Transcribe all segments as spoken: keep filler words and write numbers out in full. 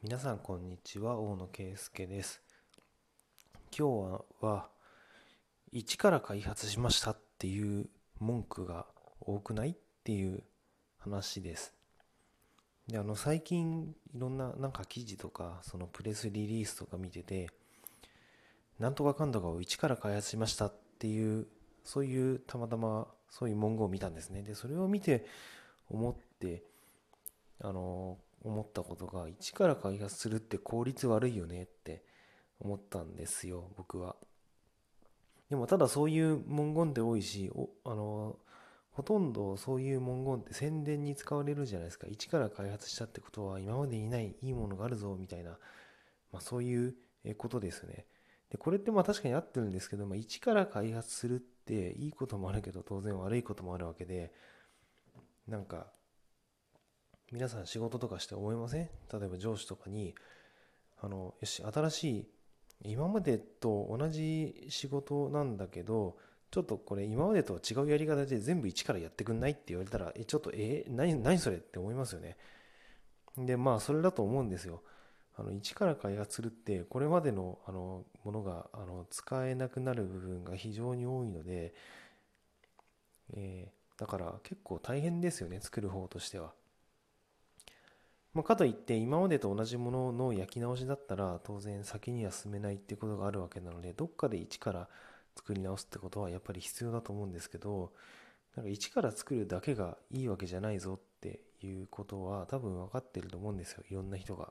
皆さんこんにちは、大野圭介です。今日は一から開発しましたっていう文句が多くないっていう話です。で、あの最近いろんななんか記事とかそのプレスリリースとか見てて、なんとかかんとかを一から開発しましたっていうそういうたまたまそういう文言を見たんですね。で、それを見て思ってあの思ったことが、一から開発するって効率悪いよねって思ったんですよ、僕は。でもただそういう文言って多いし、お、あの、ほとんどそういう文言って宣伝に使われるじゃないですか。一から開発したってことは今までにないいいものがあるぞみたいな、まあそういうことですね。で、これってまあ確かに合ってるんですけど、まあ一から開発するっていいこともあるけど当然悪いこともあるわけで、なんか皆さん仕事とかして思いません？例えば上司とかに、あの、よし、新しい今までと同じ仕事なんだけど、ちょっとこれ今までとは違うやり方で全部一からやってくんないって言われたら、え、ちょっと、え、何、何それって思いますよね。で、まあ、それだと思うんですよ。あの、一から開発するって、これまでの、あの、ものが、あの、使えなくなる部分が非常に多いので、えーだから結構大変ですよね、作る方としては。まあ、かといって今までと同じものの焼き直しだったら当然先には進めないっていうことがあるわけなので、どっかで一から作り直すってことはやっぱり必要だと思うんですけど、なんか一から作るだけがいいわけじゃないぞっていうことは多分分かってると思うんですよ、いろんな人が。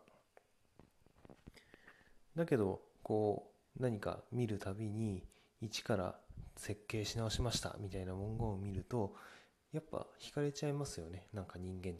だけどこう何か見るたびに一から設計し直しましたみたいな文言を見ると、やっぱ惹かれちゃいますよね、なんか人間って。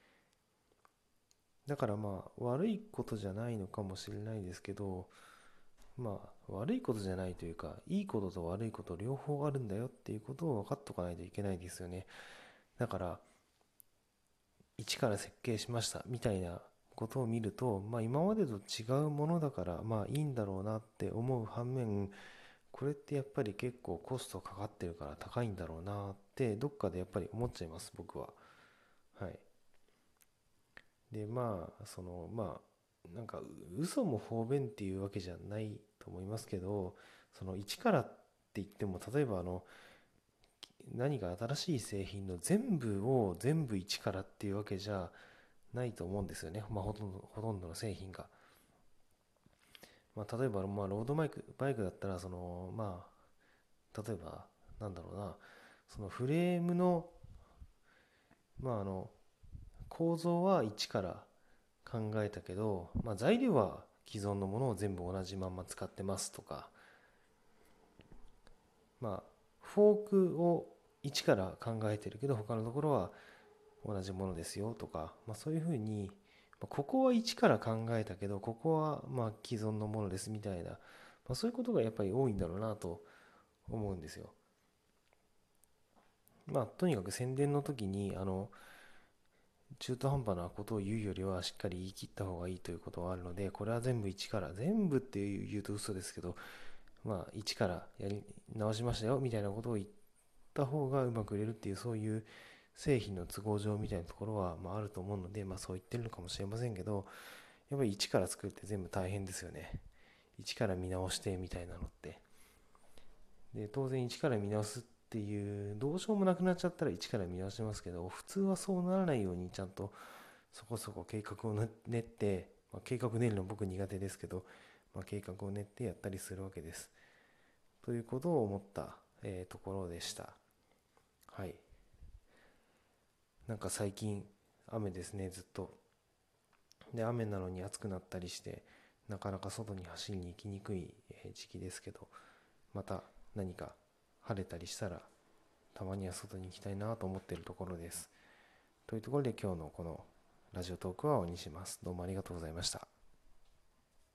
だからまあ悪いことじゃないのかもしれないですけど、まあ悪いことじゃないというか、いいことと悪いこと両方あるんだよっていうことを分かっとかないといけないですよね。だから一から設計しましたみたいなことを見ると、まあ今までと違うものだからまあいいんだろうなって思う反面、これってやっぱり結構コストかかってるから高いんだろうなってどっかでやっぱり思っちゃいます、僕は。はい。で、まあ、その、まあ、なんか、嘘も方便っていうわけじゃないと思いますけど、その一からって言っても、例えばあの、何か新しい製品の全部を全部一からっていうわけじゃないと思うんですよね。まあ、ほとんど、ほとんどの製品が。まあ、例えば、まあ、ロードバイク、バイクだったら、その、まあ、例えば、なんだろうな、そのフレームの、まあ、あの、構造は一から考えたけど、まあ、材料は既存のものを全部同じまんま使ってますとか、まあ、フォークを一から考えてるけど他のところは同じものですよとか、まあ、そういうふうにここは一から考えたけどここはまあ既存のものですみたいな、まあ、そういうことがやっぱり多いんだろうなと思うんですよ。まあとにかく宣伝の時にあの中途半端なことを言うよりはしっかり言い切った方がいいということがあるので、これは全部一から全部って言うと嘘ですけど、まあ一からやり直しましたよみたいなことを言った方がうまく売れるっていう、そういう製品の都合上みたいなところはまああると思うので、まあそう言ってるのかもしれませんけど、やっぱり一から作るって全部大変ですよね。一から見直してみたいなのって。で、当然一から見直すっていう、どうしようもなくなっちゃったら一から見直しますけど、普通はそうならないようにちゃんとそこそこ計画を練って、まあ、計画練るの僕苦手ですけど、まあ、計画を練ってやったりするわけです。ということを思った、えーところでした。はい。なんか最近雨ですね、ずっと。で、雨なのに暑くなったりして、なかなか外に走りに行きにくい時期ですけど、また何か晴れたりしたら、たまには外に行きたいなと思っているところです。というところで今日のこのラジオトークは終わりにします。どうもありがとうございました。